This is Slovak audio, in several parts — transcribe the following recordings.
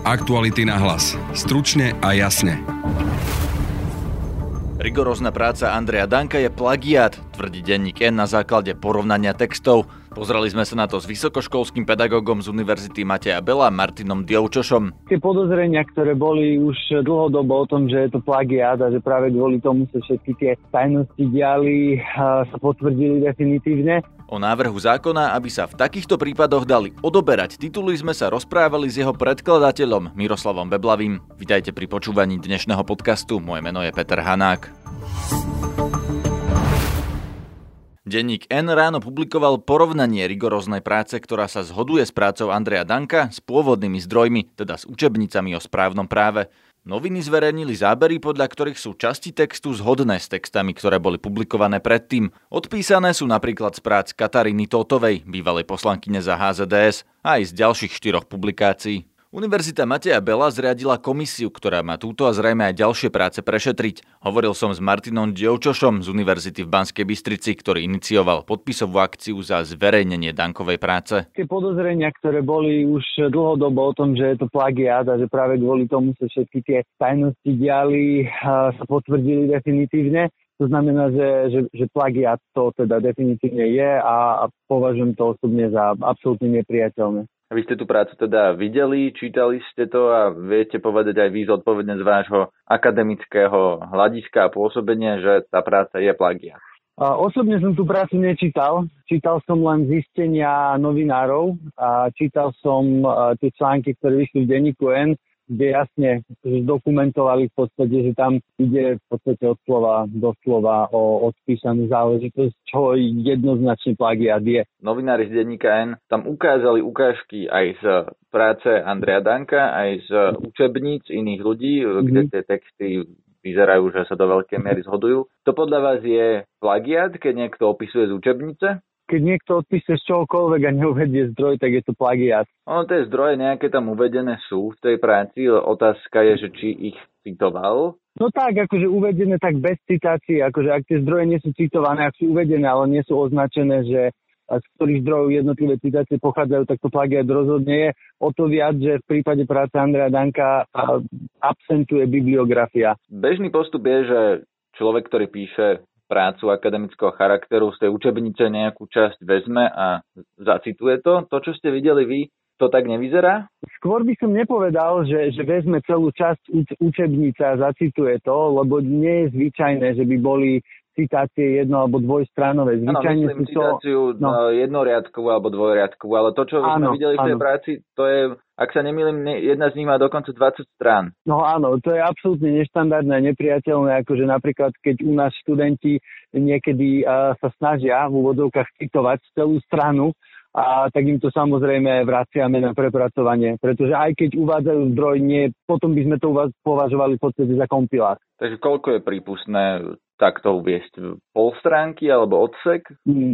Aktuality na hlas. Stručne a jasne. Rigorózna práca Andreja Danka je plagiát, tvrdí denník N na základe porovnania textov. Pozreli sme sa na to s vysokoškolským pedagógom z Univerzity Mateja Bela Martinom Dievčošom. Tie podozrenia, ktoré boli už dlhodobo o tom, že je to plagiát a že práve kvôli tomu sa všetky tie tajnosti diali, sa potvrdili definitívne. O návrhu zákona, aby sa v takýchto prípadoch dali odoberať tituly, sme sa rozprávali s jeho predkladateľom Miroslavom Beblavým. Vitajte pri počúvaní dnešného podcastu. Moje meno je Peter Hanák. Denník N ráno publikoval porovnanie rigoróznej práce, ktorá sa zhoduje s prácou Andreja Danka s pôvodnými zdrojmi, teda s učebnicami o správnom práve. Noviny zverejnili zábery, podľa ktorých sú časti textu zhodné s textami, ktoré boli publikované predtým. Odpísané sú napríklad z prác Kataríny Tótovej, bývalej poslankyne za HZDS, a aj z ďalších 4 publikácií. Univerzita Mateja Bela zriadila komisiu, ktorá má túto a zrejme aj ďalšie práce prešetriť. Hovoril som s Martinom Dievčošom z Univerzity v Banskej Bystrici, ktorý inicioval podpisovú akciu za zverejnenie Dankovej práce. Tie podozrenia, ktoré boli už dlhodobo o tom, že je to plagiát a že práve kvôli tomu sa všetky tie tajnosti diali, sa potvrdili definitívne. To znamená, že plagiát to teda definitívne je a považujem to osobne za absolútne nepriateľné. Vy ste tú prácu teda videli, čítali ste to a viete povedať aj vy zodpovedne z vášho akademického hľadiska a pôsobenia, že tá práca je plagiát? Osobne som tú prácu nečítal. Čítal som len zistenia novinárov a čítal som tie články, ktoré vyšli v denníku N, kde jasne dokumentovali v podstate, že tam ide v podstate od slova do slova o odpísanú záležitosť, čo jednoznačne plagiát je. Novinári z denníka N tam ukázali ukážky aj z práce Andreja Danka, aj z učebníc iných ľudí, kde tie texty vyzerajú, že sa do veľkej miery zhodujú. To podľa vás je plagiát, keď niekto opisuje z učebnice? Keď niekto odpíše z čohokoľvek a neuvedie zdroj, tak je to plagiát. Ono, tie zdroje nejaké tam uvedené sú v tej práci, otázka je, že či ich citoval. No tak, akože uvedené tak bez citácií, akože ak tie zdroje nie sú citované, ak sú uvedené, ale nie sú označené, že z ktorých zdrojov jednotlivé citácie pochádzajú, tak to plagiát rozhodne je. O to viac, že v prípade práce Andreja Danka absentuje bibliografia. Bežný postup je, že človek, ktorý píše prácu akademického charakteru z tej učebnice nejakú časť vezme a zacituje to. To, čo ste videli vy, to tak nevyzerá? Skôr by som nepovedal, že vezme celú časť učebnice a zacituje to, lebo nie je zvyčajné, že by boli citácie jedno- alebo dvojstránové. Zvyčajne myslím citáciu jednoriadkovú alebo dvojriadkovú, ale to, čo sme videli v tej práci, to je, ak sa nemýlim, jedna z nich má dokonca 20 strán. No áno, to je absolútne neštandardné a nepriateľné, akože napríklad, keď u nás študenti niekedy sa snažia v úvodzovkách citovať celú stranu, a tak im to samozrejme vraciame na prepracovanie, pretože aj keď uvádzajú zdroj, potom by sme to považovali v podstate za kompilát. Takže koľko je prípustné takto uviesť? Pol stránky alebo odsek?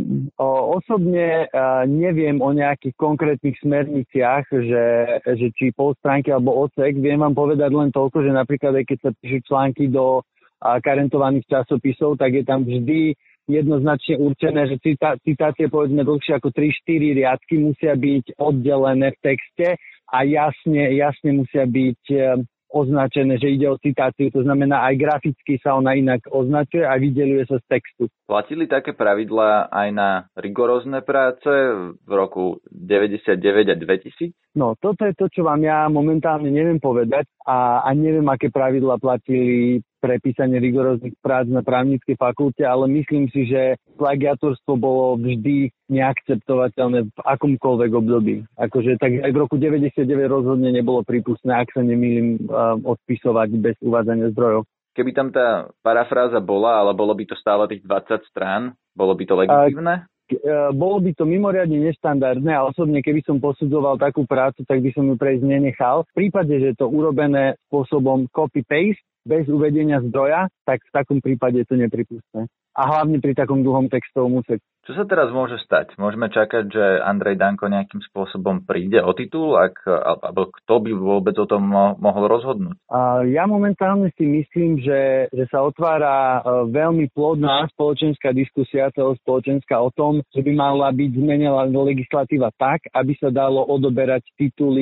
Osobne neviem o nejakých konkrétnych smerniciach, že či pol stránky alebo odsek. Viem vám povedať len toľko, že napríklad aj keď sa píšu články do karentovaných časopisov, tak je tam vždy jednoznačne určené, že citácie povedzme dlhšie ako 3-4 riadky musia byť oddelené v texte a jasne musia byť označené, že ide o citáciu, to znamená aj graficky sa ona inak označuje a vydeľuje sa z textu. Platili také pravidlá aj na rigorózne práce v roku 99 a 2000? No, toto je to, čo vám ja momentálne neviem povedať a neviem, aké pravidlá platili pre písanie rigoróznych prác na právnickej fakulte, ale myslím si, že plagiatorstvo bolo vždy neakceptovateľné v akomkoľvek období. Akože tak aj v roku 99 rozhodne nebolo prípustné, ak sa nemýlim, odpisovať bez uvádzania zdrojov. Keby tam tá parafráza bola, ale bolo by to stále tých 20 strán, bolo by to legitímne? Bolo by to mimoriadne neštandardné a osobne, keby som posudzoval takú prácu, tak by som ju prejsť nenechal. V prípade, že je to urobené spôsobom copy-paste, bez uvedenia zdroja, tak v takom prípade je to nepripustné. A hlavne pri takom dlhom textovom úseku. Čo sa teraz môže stať? Môžeme čakať, že Andrej Danko nejakým spôsobom príde o titul? Alebo kto by vôbec o tom mohol rozhodnúť? Ja momentálne si myslím, že sa otvára veľmi plodná spoločenská diskusia, celospoločenská o tom, že by mala byť zmenená legislatíva tak, aby sa dalo odoberať tituly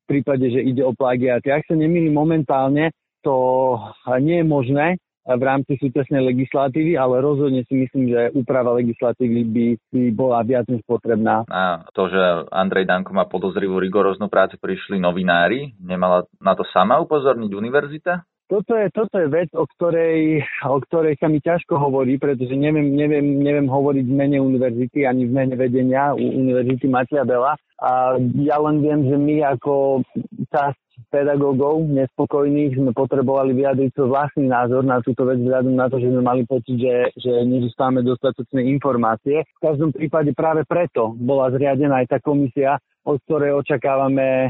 prípade, že ide o plagiát. Ak sa nemýlim, momentálne to nie je možné v rámci súčasnej legislatívy, ale rozhodne si myslím, že úprava legislatívy by bola viac než potrebná. A to, že Andrej Danko má podozrivú rigoróznu prácu, prišli novinári, nemala na to sama upozorniť univerzita? Toto je vec, o ktorej sa mi ťažko hovorí, pretože neviem hovoriť v mene univerzity ani v mene vedenia Univerzity Mateja Bela. A ja len viem, že my ako časť pedagógov nespokojných sme potrebovali vyjadriť svoj vlastný názor na túto vec vzhľadom na to, že sme mali pocit, že nezostávame dostatočné informácie. V každom prípade práve preto bola zriadená aj tá komisia, od ktorej očakávame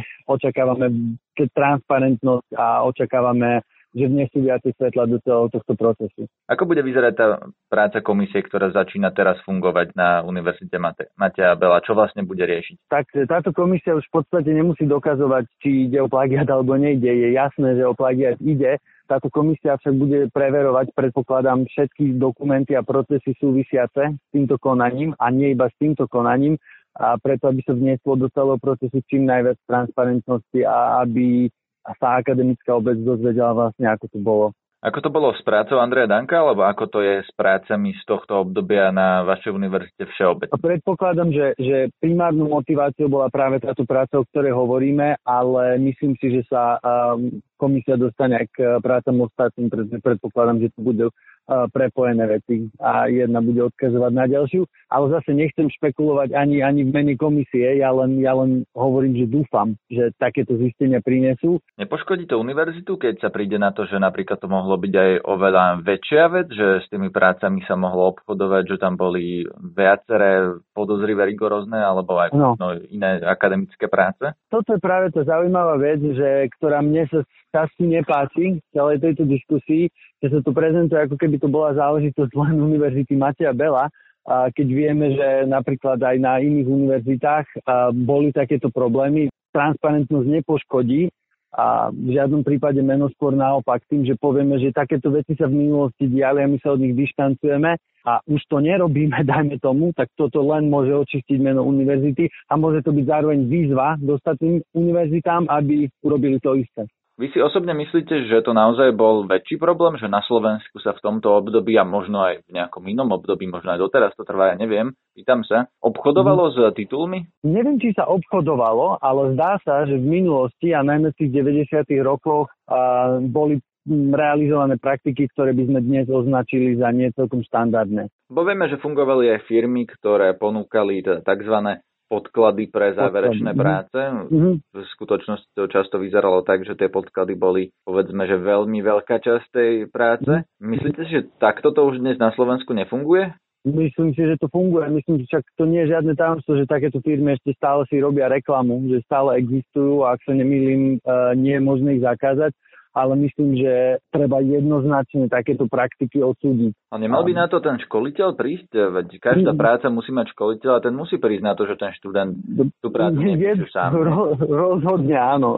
transparentnosť a očakávame, že vnesú viacej svetla do tohto procesu. Ako bude vyzerať tá práca komisie, ktorá začína teraz fungovať na Univerzite Mateja Bela? Čo vlastne bude riešiť? Tak táto komisia už v podstate nemusí dokazovať, či ide o plagiát alebo nejde. Je jasné, že o plagiát ide. Táto komisia však bude preverovať, predpokladám, všetky dokumenty a procesy súvisiace s týmto konaním a nie iba s týmto konaním. A preto, aby sa vnieslo do celého procesu čím najviac transparentnosti a aby sa akademická obec dozvedela vlastne, ako to bolo. Ako to bolo s prácou Andreja Danka, alebo ako to je s prácami z tohto obdobia na vašej univerzite všeobecne? Predpokladám, že primárnou motiváciou bola práve táto práca, o ktorej hovoríme, ale myslím si, že sa komisia dostane k prácam ostatným, pretože predpokladám, že to budú prepojené veci a jedna bude odkazovať na ďalšiu. Ale zase nechcem špekulovať ani v mene komisie, ja len hovorím, že dúfam, že takéto zistenia prinesú. Nepoškodí to univerzitu, keď sa príde na to, že napríklad to mohlo byť aj oveľa väčšia vec, že s tými prácami sa mohlo obchodovať, že tam boli viaceré podozrivé rigorózne alebo aj iné akademické práce? Toto je práve tá zaujímavá vec, ktorá mne sa časti nepáči v celej tejto diskusii, že sa to prezentuje, ako keby to bola záležitosť len Univerzity Mateja Bela, keď vieme, že napríklad aj na iných univerzitách boli takéto problémy. Transparentnosť nepoškodí a v žiadnom prípade meno, skôr naopak tým, že povieme, že takéto veci sa v minulosti diali a my sa od nich dištancujeme a už to nerobíme, dajme tomu, tak toto len môže očistiť meno univerzity a môže to byť zároveň výzva dostatným univerzitám, aby urobili to isté. Vy si osobne myslíte, že to naozaj bol väčší problém, že na Slovensku sa v tomto období a možno aj v nejakom inom období, možno aj doteraz to trvá, ja neviem, pýtam sa, obchodovalo s titulmi? Neviem, či sa obchodovalo, ale zdá sa, že v minulosti a najmä v tých 90. rokoch boli realizované praktiky, ktoré by sme dnes označili za nie celkom štandardné. Bo vieme, že fungovali aj firmy, ktoré ponúkali takzvané podklady pre záverečné práce. V skutočnosti to často vyzeralo tak, že tie podklady boli, povedzme, že veľmi veľká časť tej práce. Myslíte si, že takto to už dnes na Slovensku nefunguje? Myslím si, že to funguje. Myslím, že však to nie je žiadne tajomstvo, že takéto firmy ešte stále si robia reklamu, že stále existujú a ak sa nemýlim, nie je možné ich zakázať. Ale myslím, že treba jednoznačne takéto praktiky odsúdiť. A nemal by na to ten školiteľ prísť? Veď každá práca musí mať školiteľa a ten musí prísť na to, že ten študent tú prácu nepíše sám. Rozhodne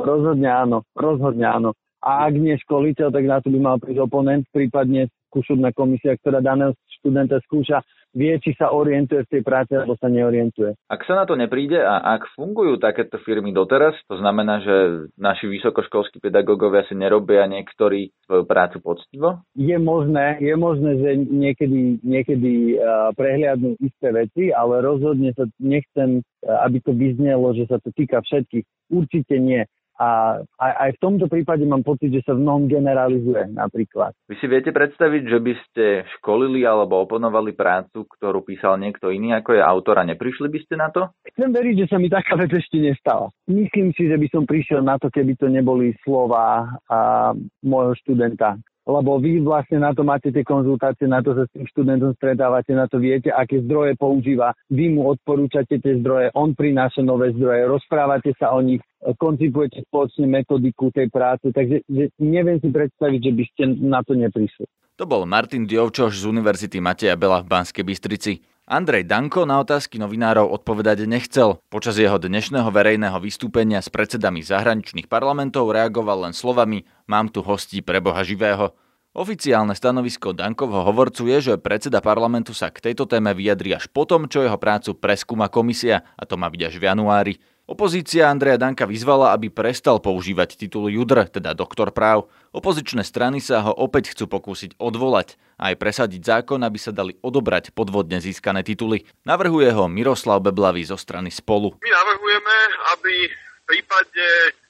áno. A ak nie školiteľ, tak na to by mal prísť oponent, prípadne skúšobná komisia, ktorá daného študenta skúša, vie, či sa orientuje v tej práci, alebo sa neorientuje. Ak sa na to nepríde a ak fungujú takéto firmy doteraz, to znamená, že naši vysokoškolskí pedagógovia si nerobia niektorí svoju prácu poctivo? Je možné, že niekedy prehliadnú isté veci, ale rozhodne sa nechcem, aby to vyznelo, že sa to týka všetkých. Určite nie. A aj v tomto prípade mám pocit, že sa v mnohom generalizuje napríklad. Vy si viete predstaviť, že by ste školili alebo oponovali prácu, ktorú písal niekto iný ako je autor a neprišli by ste na to? Chcem veriť, že sa mi taká vec ešte nestala. Myslím si, že by som prišiel na to, keby to neboli slova môjho študenta. Lebo vy vlastne na to máte tie konzultácie, na to sa s tým študentom stretávate, na to viete, aké zdroje používa. Vy mu odporúčate tie zdroje, on prináša nové zdroje, rozprávate sa o nich, koncipujete spoločne metodiku tej práce, takže neviem si predstaviť, že by ste na to neprišli. To bol Martin Diovčoš z Univerzity Mateja Bela v Banskej Bystrici. Andrej Danko na otázky novinárov odpovedať nechcel. Počas jeho dnešného verejného vystúpenia s predsedami zahraničných parlamentov reagoval len slovami "Mám tu hostí pre Boha živého". Oficiálne stanovisko Dankovho hovorcu je, že predseda parlamentu sa k tejto téme vyjadrí až potom, čo jeho prácu preskúma komisia, a to má byť až v januári. Opozícia Andreja Danka vyzvala, aby prestal používať titul JUDr, teda doktor práv. Opozičné strany sa ho opäť chcú pokúsiť odvolať a aj presadiť zákon, aby sa dali odobrať podvodne získané tituly. Navrhuje ho Miroslav Beblavý zo strany Spolu. My navrhujeme, aby v prípade,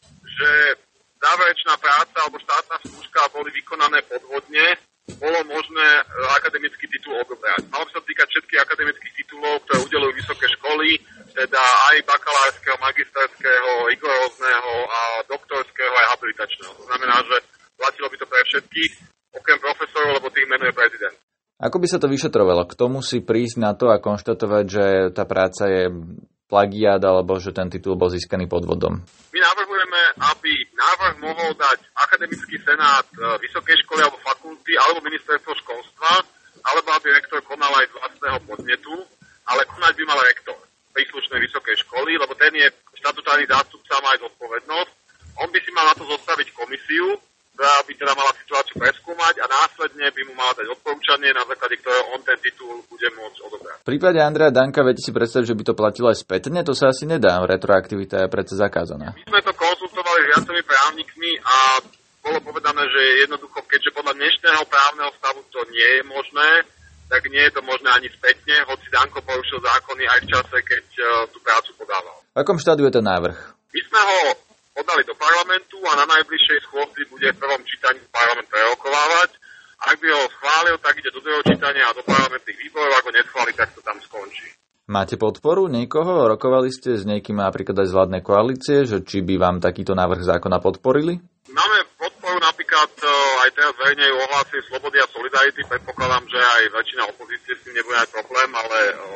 že záverečná práca alebo štátna skúška boli vykonané podvodne, bolo možné akademický titul odobrať. Malo by sa týkať všetkých akademických titulov, ktoré udeľujú vysoké školy, teda aj bakalárskeho, magisterského, rigorózneho a doktorského aj habilitačného. To znamená, že platilo by to pre všetkých, okrem profesorov, lebo tých menuje prezident. Ako by sa to vyšetrovalo? Kto musí prísť na to a konštatovať, že tá práca je plagiát alebo že ten titul bol získaný podvodom? My navrhujeme, aby návrh mohol dať akademický senát vysokej školy alebo fakulty alebo ministerstvo školstva, alebo aby rektor konal aj z vlastného podnetu, ale konať by mal rektor príslušnej vysokej školy, lebo ten je štatutárny zástupca, má aj zodpovednosť. On by si mal na to zostaviť komisiu, ktorá by teda mala situáciu preskúmať a následne by mu mala dať odporúčanie, na základe ktorého on ten titul bude môcť odobrať. V prípade Andreja Danka viete si predstaviť, že by to platilo aj spätne? To sa asi nedá, retroaktivita je predsa zakázaná. My sme to konzultovali s viacerými právnikmi a bolo povedané, že jednoducho, keďže podľa dnešného právneho stavu to nie je možné, tak nie je to možné ani spätne, hoci Danko porušil zákony aj v čase, keď tú prácu podával. V akom štádiu je ten návrh? My sme ho podali do parlamentu a na najbližšej schôdzi bude v prvom čítaní parlament prerokovávať. Ak by ho schválil, tak ide do druhého čítania a do parlamentných výborov, ak ho neschváli, tak to tam skončí. Máte podporu niekoho? Rokovali ste s niekým napríklad aj z vládnej koalície, že či by vám takýto návrh zákona podporili? Máme podporu napríklad aj teraz verejne ohlásil Slobody a Solidarity. Predpokladám, že aj väčšina opozície s tým nebude mať problém, ale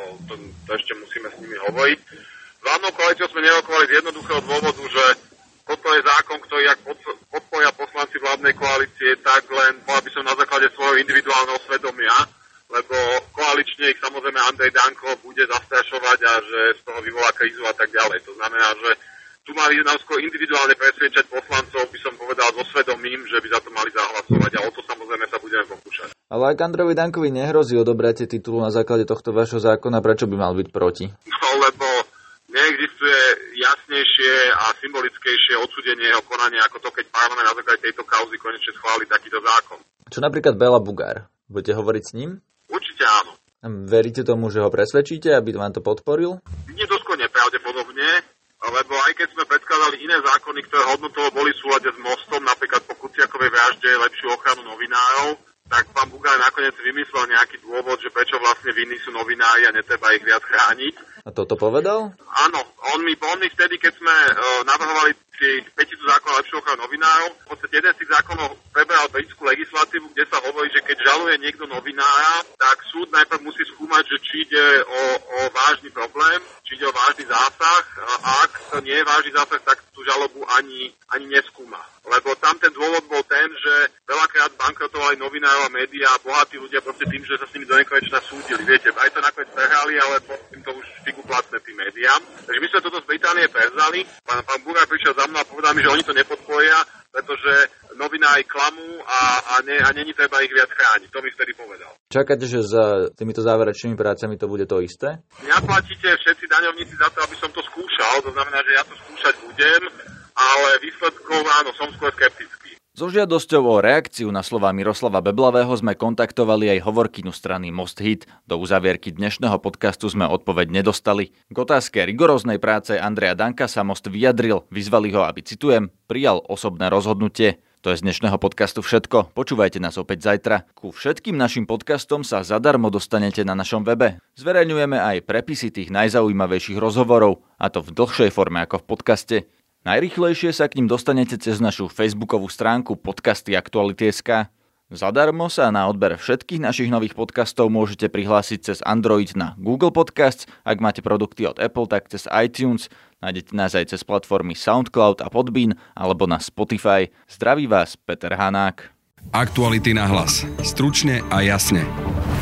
to ešte musíme s nimi hovoriť. Vládnou koalíciou sme nerokovali z jednoduchého dôvodu, že toto je zákon, ktorý ak podporia poslanci vládnej koalície, tak len by som na základe svojho individuálneho svedomia, lebo koalične ich samozrejme Andrej Danko bude zastrašovať a že z toho vyvolá krízu a tak ďalej. To znamená, že tu mali nám skôr individuálne presvedčať poslancov, by som povedal, so svedomím, že by za to mali zahlasovať a o to samozrejme sa budeme pokúšať. Ale ak Andrejovi Dankovi nehrozí odobratie titulu na základe tohto vašho zákona, prečo by mal byť proti? No, lebo neexistuje jasnejšie a symbolickejšie odsúdenie jeho konania ako to, keď parlament na základe tejto kauzy konečne schváli takýto zákon. Čo napríklad Béla Bugár? Budete hovoriť s ním? Určite áno. Veríte tomu, že ho presvedčíte, aby vám to podporil? Nie to skôr nepravdepodobne, lebo aj keď sme predkladali iné zákony, ktoré hodnotovo boli v súlade s Mostom, napríklad po Kuciakovej vražde lepšiu ochranu novinárov, tak pán Bugár nakoniec vymyslel nejaký dôvod, že prečo vlastne vinní sú novinári a netreba ich viac chrániť. A toto povedal? Áno, on mi vtedy, keď sme navrhovali peticu zákona lepšiu ochranu novinárov, v podstate jeden z tých zákonov preberal britskú legislatívu, kde sa hovorí, že keď žaluje niekto novinára, tak súd najprv musí skúmať, že či ide o vážny problém, či ide o vážny zásah, a ak to nie je vážny zásah, tak tú žalobu ani neskúma. Lebo tam ten dôvod bol ten, že veľakrát bankrotovali novinárov a médiá a bohatí ľudia proste tým, že sa s nimi do nekonečna súdili. Viete, aj to nakoniec prehrali, ale potom to už figu platné tým médiám. Takže my sme toto z Británie prevzali. Pán Bugár prišiel za mnou a povedal mi, že oni to nepodporia, pretože novinári klamú a není treba ich viac chrániť. To mi vtedy povedal. Čakáte, že za týmito záverečnými prácami to bude to isté? Neplatíte všetci daňovníci za to, aby som to skúšal. To znamená, že ja to skúšať budem, ale výsledkov áno, som skôr skeptický. So žiadosťou o reakciu na slová Miroslava Beblavého sme kontaktovali aj hovorkyňu strany Most Hit. Do uzavierky dnešného podcastu sme odpoveď nedostali. K otázke rigoróznej práce Andreja Danka sa Most vyjadril, vyzvali ho, aby, citujem, prijal osobné rozhodnutie. To je z dnešného podcastu všetko. Počúvajte nás opäť zajtra. Ku všetkým našim podcastom sa zadarmo dostanete na našom webe. Zverejňujeme aj prepisy tých najzaujímavejších rozhovorov, a to v dlhšej forme ako v podcaste. Najrýchlejšie sa k ním dostanete cez našu facebookovú stránku Podcasty Aktuality.sk. Zadarmo sa na odber všetkých našich nových podcastov môžete prihlásiť cez Android na Google Podcasts, ak máte produkty od Apple, tak cez iTunes, nájdete nás aj cez platformy SoundCloud a Podbean alebo na Spotify. Zdraví vás Peter Hanák. Aktuality na hlas. Stručne a jasne.